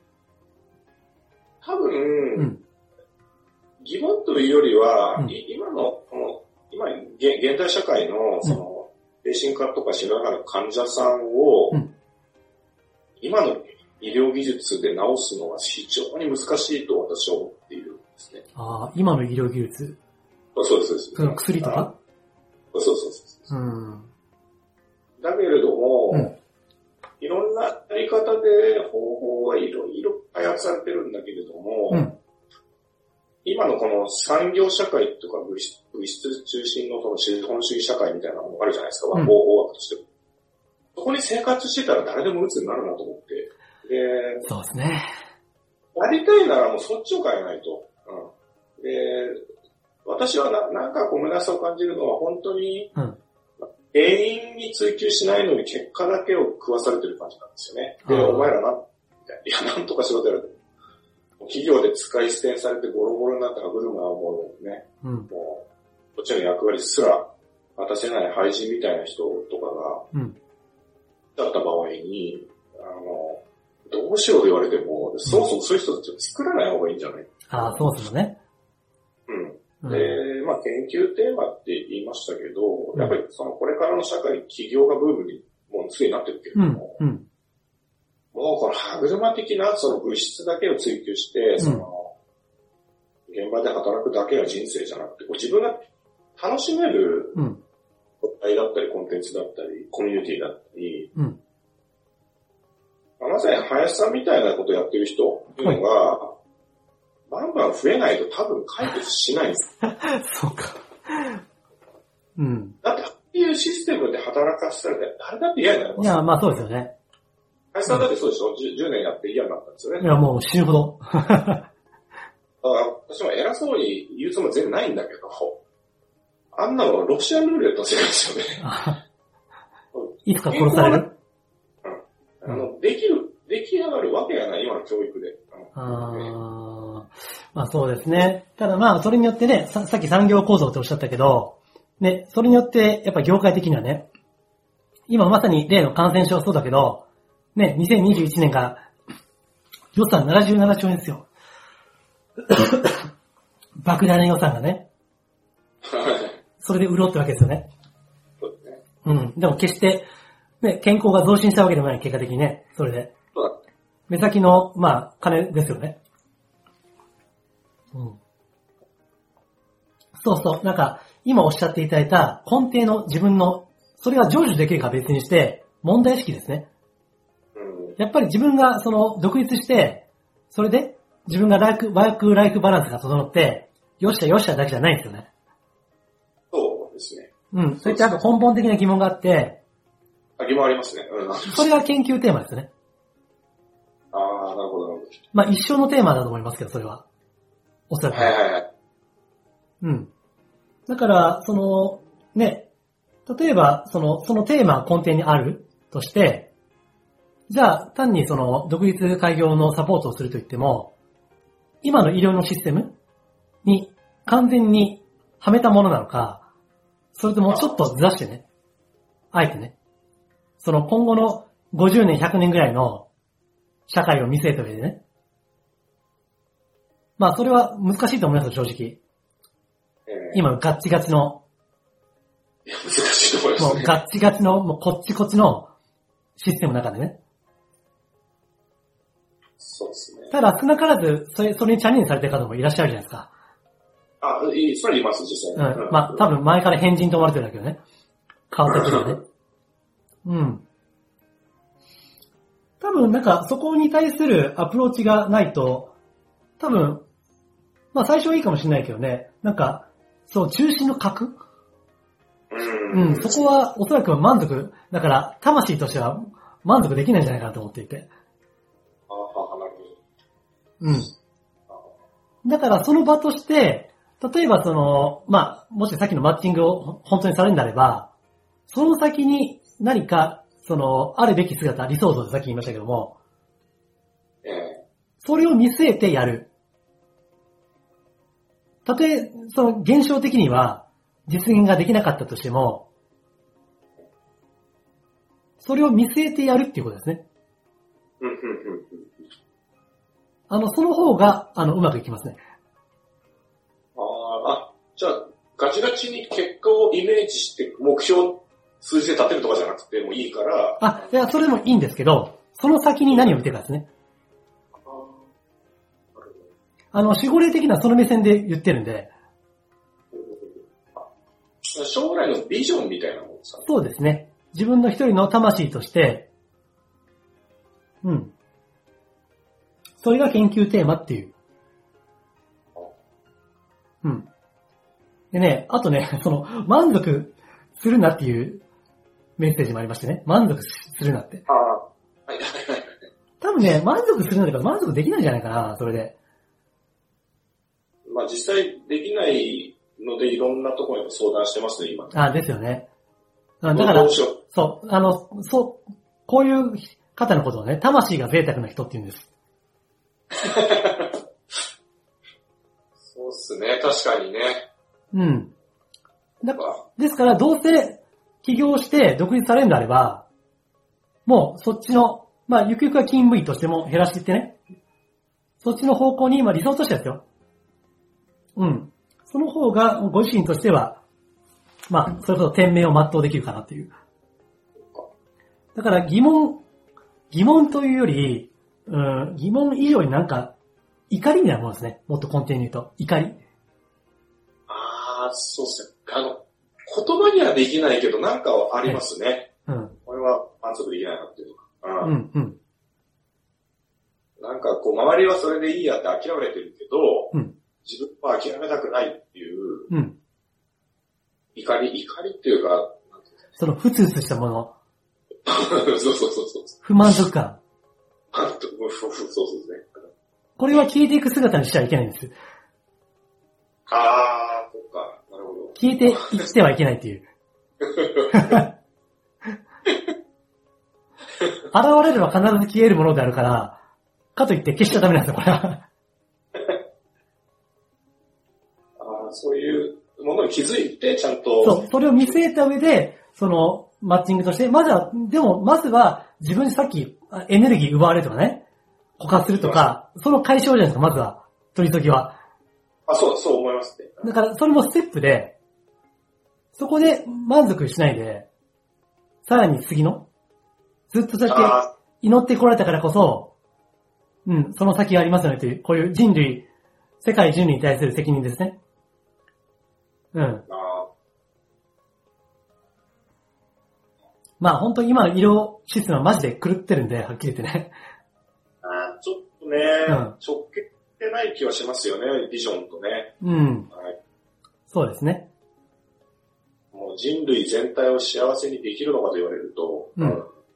多分、うん、疑問というよりは、うん、今の、この、今、現代社会の、その、精神科とか知らない患者さんを、うん、今の医療技術で治すのは非常に難しいと私は思っているんですね。 ああ、今の医療技術？ そうです、そうです。 その薬とか？ そうそうそう。 うん。 だけれども、うん、いろんなやり方で方法はいろいろ開発されてるんだけれども、うん、今のこの産業社会とか物質、物質中心のその資本主義社会みたいなのがあるじゃないですか、うん、大枠としても。そこに生活してたら誰でも鬱になるなと思って。で、 そうですね。 やりたいならもうそっちを変えないと。うん、で、私はな、なんかこう虚しさを感じるのは本当に、うん、原因に追求しないのに結果だけを食わされてる感じなんですよね。で、お前らな、みたいな、いや、なんとかしろとやると。企業で使い捨てにされてボロボロになった歯車はもうね、うん、もう、こっちの役割すら果たせない廃人みたいな人とかが、うん、だった場合に、あの、どうしようと言われても、そもそもそういう人たちを作らない方がいいんじゃない？ ああ、そうですよね。 うん。で、まあ研究テーマって言いましたけど、うん、やっぱりそのこれからの社会、企業がブームにもうすでになってるけれども、うんうん、もうこの歯車的なその物質だけを追求して、その、現場で働くだけが人生じゃなくて、こう自分が楽しめる個体だったり、コンテンツだったり、コミュニティだったり、うん、まさに林さんみたいなことをやってる人っていうのが、はい、バンバン増えないと多分解決しないんです。 そうか。うん。 だって、こういうシステムで働かせられたら誰だって嫌になります。 いや、まあそうですよね。 林さんだってそうでしょ、うん、じゅうねんやって嫌になったんですよね。 いや、もう死ぬほど。 だから私も偉そうに言うつもり全然ないんだけど、あんなのロシアンルーレットの世界ですよね。 いつか殺される？ うん。あの、できる、出来上がるわけがない、今の教育で。 あまあそうですね。ただまあそれによってね、さ, さっき産業構造っておっしゃったけど、ね、それによってやっぱ業界的にはね、今まさに例の感染症そうだけど、ね、にせんにじゅういちねんが予算ななじゅうななちょうえんですよ。莫大な予算がね。それで潤ってわけですよね。 そうですね。 うん。でも決して、ね、健康が増進したわけでもない、結果的にね。それで。 そうだ。 目先の、まあ、金ですよね。うん。そうそう。なんか、今おっしゃっていただいた根底の自分の、それが成就できるか別にして、問題意識ですね。 うん。 やっぱり自分が、その、独立して、それで、自分がライフ、ワークライフバランスが整って、よっしゃよっしゃだけじゃないんですよね。 そうですね。 うん。そういった根本的な疑問があって、 あ、疑問ありますね。うん。 それが研究テーマですね。 ああ、なるほど、なるほど。 まあ一生のテーマだと思いますけど、それは。おそらく。 はいはいはい。 うん。だから、その、ね、例えば、その、そのテーマが根底にあるとして、じゃあ、単にその、独立開業のサポートをすると言っても、今の医療のシステムに完全にはめたものなのか、それともちょっとずらしてね、あえてね、その今後のごじゅうねん、ひゃくねんぐらいの社会を見据えた上でね。まあそれは難しいと思いますよ、正直。えー、今ガッチガチの。 いや、難しいと思いますね。 もうガッチガチの、もうこっちこっちのシステムの中でね。 そうですね。 ただ少なからず、それ、それにチャレンジされてる方もいらっしゃるじゃないですか。 あ、いい、それいます、実際に。 うん。まあ多分前から変人と思われてるだけどね。顔的にはね。うん。多分なんかそこに対するアプローチがないと、多分、まあ最初はいいかもしれないけどね、なんか、そう、中心の核うん、そこはおそらく満足、だから魂としては満足できないんじゃないかなと思っていて。 ああ、なるほど。うん。だからその場として、例えばその、まあ、もしさっきのマッチングを本当にされるんであれば、 その先に何か、その、あるべき姿、理想像でさっき言いましたけども、 ええ、 それを見据えてやる。たとえ、その現象的には実現ができなかったとしても、それを見据えてやるっていうことですね。 うんうんうんうん。 あの、その方が、あの、うまくいきますね。 ああ、じゃあ、ガチガチに結果をイメージして目標、数字で立てるとかじゃなくてもいいから。 あ、いや、それでもいいんですけど、その先に何を見てるかですね。 ああ、なるほど。 あの、守護霊的なその目線で言ってるんで。 将来のビジョンみたいなものですかね。 そうですね。自分の一人の魂として、うん。それが研究テーマっていう。うん。でね、あとね、その、満足するなっていうメッセージもありましてね。満足するなって。 ああ。はいはいはい。 多分ね、満足するなとか満足できないんじゃないかな、それで。 まあ実際できないのでいろんなところに相談してますね、今。 あ、ですよね。だから、そう、あの、そう、こういう方のことをね、魂が贅沢な人って言うんです。 そうっすね、確かにね。 うん。だですから、どうせ起業して独立されるんであれば、もうそっちの、まあ、ゆくゆくは勤務医としても減らしていってね、そっちの方向に、まあ理想としてですよ。うん。その方が、ご自身としては、まあ、それこそ天命を全うできるかなという。だから疑問、疑問というより、うん、疑問以上になんか、怒りみたいなものですね。もっと根底に言うと。怒り。 ああ、そうっすね。あの、言葉にはできないけど、なんかありますね。 うん。 これは満足できないなっていうのか。 うん、うん。 なんかこう、周りはそれでいいやって諦めてるけど、 うん、 自分は諦めたくないっていう、 うん。 怒り、怒りっていうか、なんていうかその、ふつふつしたもの。 そうそうそうそう。 不満足感。 そうそうそうですね。 これは消えていく姿にしちゃいけないんです。 あー、そっか。なるほど。 消えて生きてはいけないっていう。現れれば必ず消えるものであるから、かといって消しちゃダメなんですよ、これは。 あー、そういうものに気づいて、ちゃんと。 そう、それを見据えた上で、その、マッチングとして、まずは、でも、まずは、自分にさっき、エネルギー奪われるとかね、枯渇するとか、その解消じゃないですか、まずは。取り急ぎは。 あ、そう、そう思いますね。 だから、それもステップで、そこで満足しないで、さらに次の、ずっとそうやって祈ってこられたからこそ、うん、その先がありますよねという、こういう人類、世界人類に対する責任ですね。うん。 あまあ本当に今の医療システムはマジで狂ってるんで、はっきり言ってね。 あ、ちょっとね、 うん、 直結してない気はしますよね、ビジョンとね。 うん。 はい、 そうですね。 もう人類全体を幸せにできるのかと言われると、 うん、 あ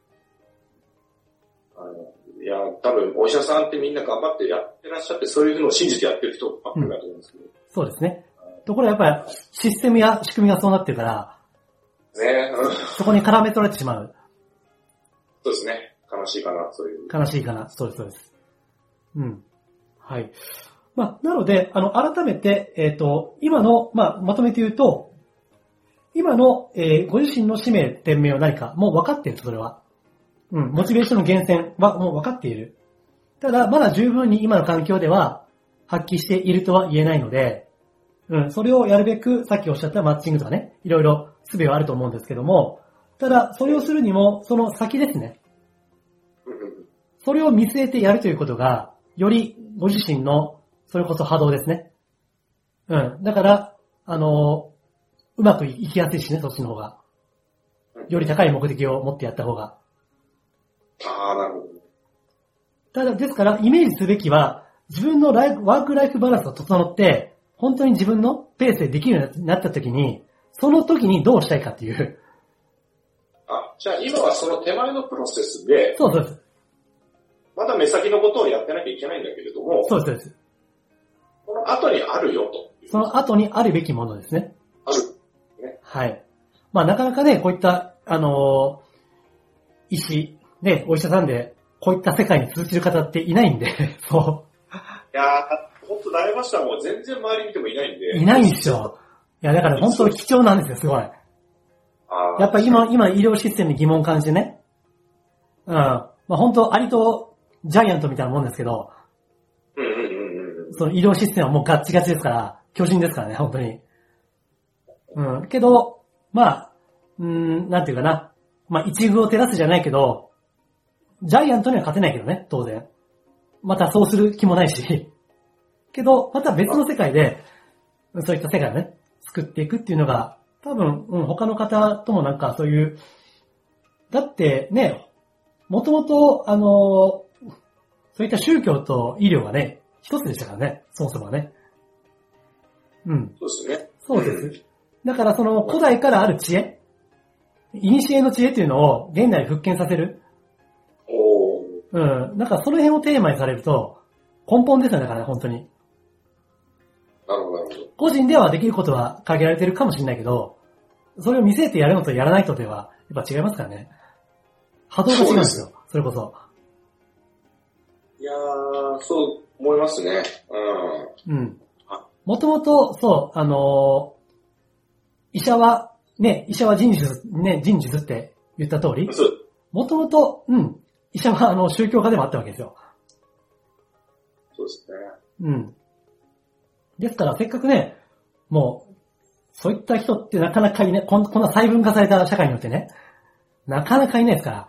のいや、多分お医者さんってみんな頑張ってやってらっしゃって、そういうのを信じてやってる人ばっかりだと思うんですけど。うん、 そうですね。ところがやっぱりシステムや仕組みがそうなってるから、 ね、 そこに絡め取られてしまう。 そうですね。悲しいかな、そういう。 悲しいかな、そうです、そうです。うん。はい。まあ、なので、あの、改めて、えっと、今の、まあ、まとめて言うと、今の、えー、ご自身の使命、天命は何か、もう分かっている、それは。うん、モチベーションの源泉はもう分かっている。ただ、まだ十分に今の環境では発揮しているとは言えないので、うん、それをやるべく、さっきおっしゃったマッチングとかね、いろいろ術はあると思うんですけども、ただ、それをするにも、その先ですね。それを見据えてやるということが、よりご自身の、それこそ波動ですね。うん。だから、あの、うまくいきやすいしね、そっちの方が。より高い目的を持ってやった方が。 ああ、なるほど。 ただ、ですから、イメージすべきは、自分のライフ、ワークライフバランスが整って、本当に自分のペースでできるようになった時に、その時にどうしたいかっていう。 あ、じゃあ今はその手前のプロセスで、 そうそうです。 まだ目先のことをやってなきゃいけないんだけれども、 そうです、そうです。 その後にあるよと。 その後にあるべきものですね。 ある。ね。 はい。 まあなかなかね、こういった、あのー、医師、ね、お医者さんで、こういった世界に通じる方っていないんで、そう。 いやー、ほんと悩ましたもん。全然周り見てもいないんで。 いないんですよ。いや、だから本当に貴重なんですよ、すごい。あやっぱり今、今医療システムに疑問を感じてね。うん。まあ本当、アリとジャイアントみたいなもんですけど、 うんうんうんうん。 その医療システムはもうガッチガチですから、巨人ですからね、本当に。うん。けど、まあ、うーん、なんていうかな。まあ一遇を照らすじゃないけど、ジャイアントには勝てないけどね、当然。またそうする気もないし。けど、また別の世界で、そういった世界をね、作っていくっていうのが、多分、うん、他の方ともなんかそういう、だってね、もともと、あの、そういった宗教と医療がね、一つでしたからね、そもそもはね。うん。 そうですね。 そうです。だからその古代からある知恵、古の知恵っていうのを現代に復権させる。 おうん。だからその辺をテーマにされると、根本ですよね、だからね、本当に。 なるほど、なるほど。 個人ではできることは限られてるかもしれないけど、それを見せてやるのとやらないとでは、やっぱ違いますからね。波動が違うんですよ、そ, それこそ。 いやー、そう思いますね。 うん。うん。もともと、そう、あのー、医者は、ね、医者は人術、ね、人術って言った通り、もともと、うん、医者はあの宗教家でもあったわけですよ。 そうですね。 うん。ですから、せっかくね、もう、そういった人ってなかなかいない、こんこんな細分化された社会によってね、なかなかいないですから。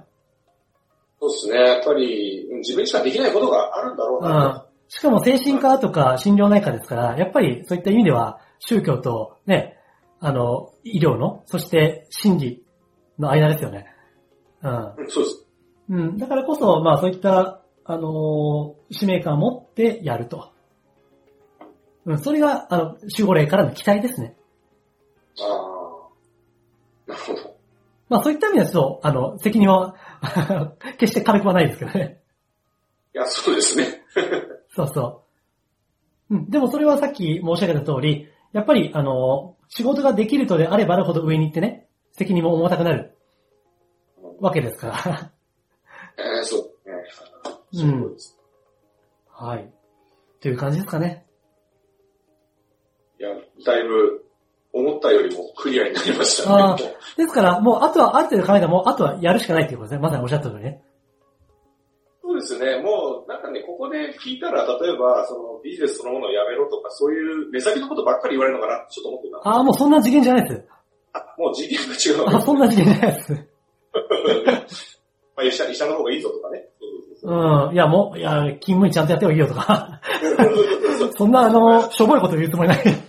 そうですね。やっぱり、自分しかできないことがあるんだろうな。 うん。しかも精神科とか診療内科ですから、やっぱりそういった意味では、宗教とね、あの、医療の、そして心理の間ですよね。うん。 そうです。 うん。だからこそ、まあそういった、あのー、使命感を持ってやると。うん。それが、あの、守護霊からの期待ですね。 ああ。なるほど。 まあそういった意味ではちょっと、あの、責任は、決して軽くはないですけどね。 いや、そうですね。 そうそう。うん。でもそれはさっき申し上げた通り、やっぱり、あの、仕事ができるとであればあるほど上に行ってね、責任も重たくなるわけですから。 えー、そうね。うん。はい。という感じですかね。 いや、だいぶ思ったよりもクリアになりましたね。 あですから、もうあとはある程度考えたらもうあとはやるしかないっていうことですね。まさにおっしゃった通りね。 そうですね。もう、なんかね、ここで聞いたら、例えば、その、ビジネスそのものをやめろとか、そういう目先のことばっかり言われるのかなってちょっと思ってた。 ああ、もうそんな次元じゃないです。 あ、もう次元が違う。 あ、そんな次元じゃないです。 まあ、医者、医者の方がいいぞとかね。 うん。いや、もう、いや、勤務にちゃんとやってもいいよとか。そんな、あの、しょぼいこと言うつもりない。 乗って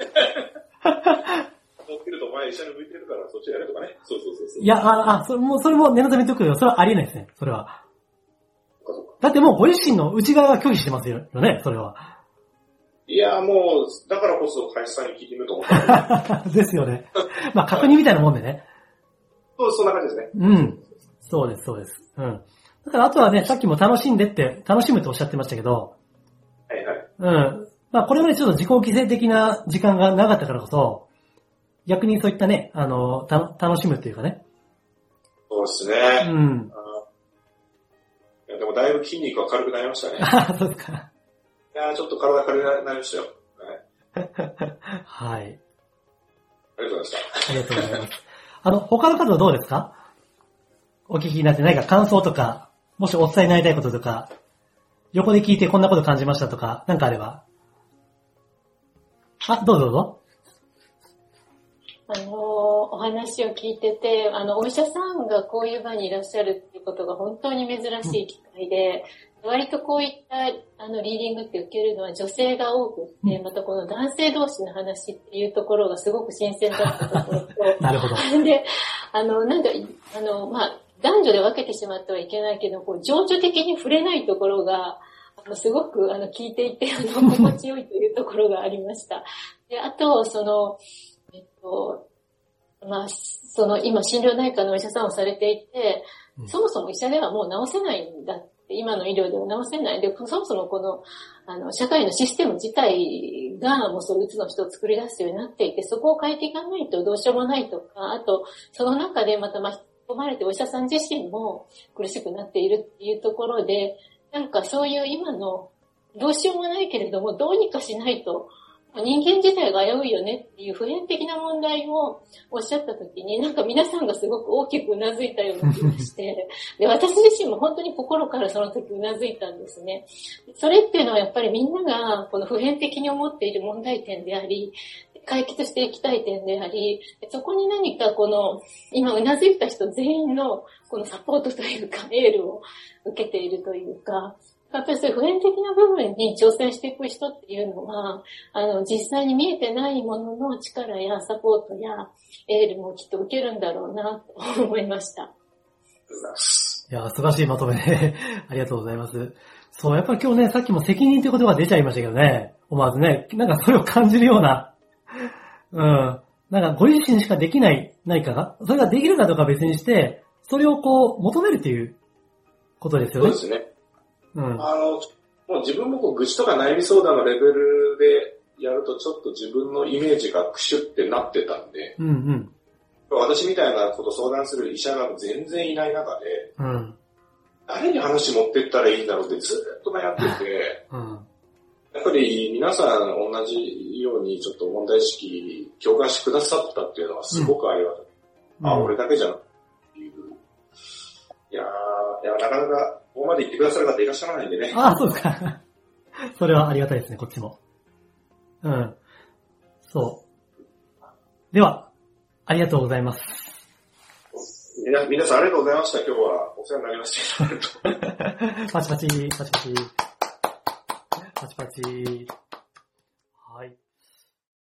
ると前医者に向いてるから、そっちやれとかね。そうそうそうそう。 いや、あ、あ、それも、それも念のために言っておくけど、それはありえないですね。それは。だってもうご自身の内側が拒否してますよね、それは。 いや、もう、だからこそ林さんに聞いてみると思った。 ですよね。まあ、確認みたいなもんでね。 そう、そんな感じですね。 うん。そうです、そうです。うん。だからあとはね、さっきも楽しんでって、楽しむとおっしゃってましたけど、 はいはい。 うん。まあ、これまでちょっと自己犠牲的な時間がなかったからこそ、逆にそういったね、あの、た、楽しむっていうかね。 そうですね。 うん。 いやでもだいぶ筋肉は軽くなりましたね。 あ、そうですか。 いやちょっと体軽くなりましたよ。 はい。はい。 ありがとうございました。 ありがとうございます。あの、他の方はどうですか？お聞きになって何か感想とか、もしお伝えになりたいこととか、横で聞いてこんなこと感じましたとか、なんかあれば。あ、どうぞどうぞ。 あの、お話を聞いてて、あの、お医者さんがこういう場にいらっしゃるっていうことが本当に珍しい機会で、うん、割とこういったあのリーディングって受けるのは女性が多くて、うん、またこの男性同士の話っていうところがすごく新鮮だったところと、 なるほど。 で、あの、なんか、あの、まあ、男女で分けてしまってはいけないけど、こう情緒的に触れないところが、あのすごくあの聞いていて、あの、心地よいというところがありました。で、あと、その、えっと、まあ、その今診療内科のお医者さんをされていて、うん、そもそも医者ではもう治せないんだって、今の医療では治せないで、そもそもこの、あの、社会のシステム自体人がもうそういううつの人を作り出すようになっていて、そこを変えていかないとどうしようもないとか、あと、その中でまた巻き込まれてお医者さん自身も苦しくなっているっていうところで、なんかそういう今のどうしようもないけれども、どうにかしないと、人間自体が危ういよねっていう普遍的な問題をおっしゃったときに、なんか皆さんがすごく大きくうなずいたような気がして、で、私自身も本当に心からその時うなずいたんですね。それっていうのはやっぱりみんながこの普遍的に思っている問題点であり、解決していきたい点であり、そこに何かこの、今うなずいた人全員のこのサポートというか、エールを受けているというか、やっぱりそういう普遍的な部分に挑戦していく人っていうのは、あの、実際に見えてないものの力やサポートやエールもきっと受けるんだろうなと思いました。 いや、素晴らしいまとめでありがとうございます。そう、やっぱり今日ね、さっきも責任という言葉が出ちゃいましたけどね、思わずね、なんかそれを感じるような、うん、なんかご自身しかできない何かが、それができるかどうかは別にして、それをこう求めるということですよね。 そうですね。 うん、 あの、もう自分もこう愚痴とか悩み相談のレベルでやるとちょっと自分のイメージがクシュってなってたんで、 うんうん、 私みたいなこと相談する医者が全然いない中で、 うん、 誰に話持ってったらいいんだろうってずっと悩んでて、うん、やっぱり皆さん同じようにちょっと問題意識共感してくださったっていうのはすごくありがたい。うん、あ、俺だけじゃなくていう。いやー、いやなかなかここまで言ってくださる方いらっしゃらないんでね。 ああ、そうですか。それはありがたいですね、こっちも。うん。そう。では、ありがとうございます。 みな、皆さんありがとうございました。今日はお世話になりました。 パチパチ、パチパチ。パチパチ。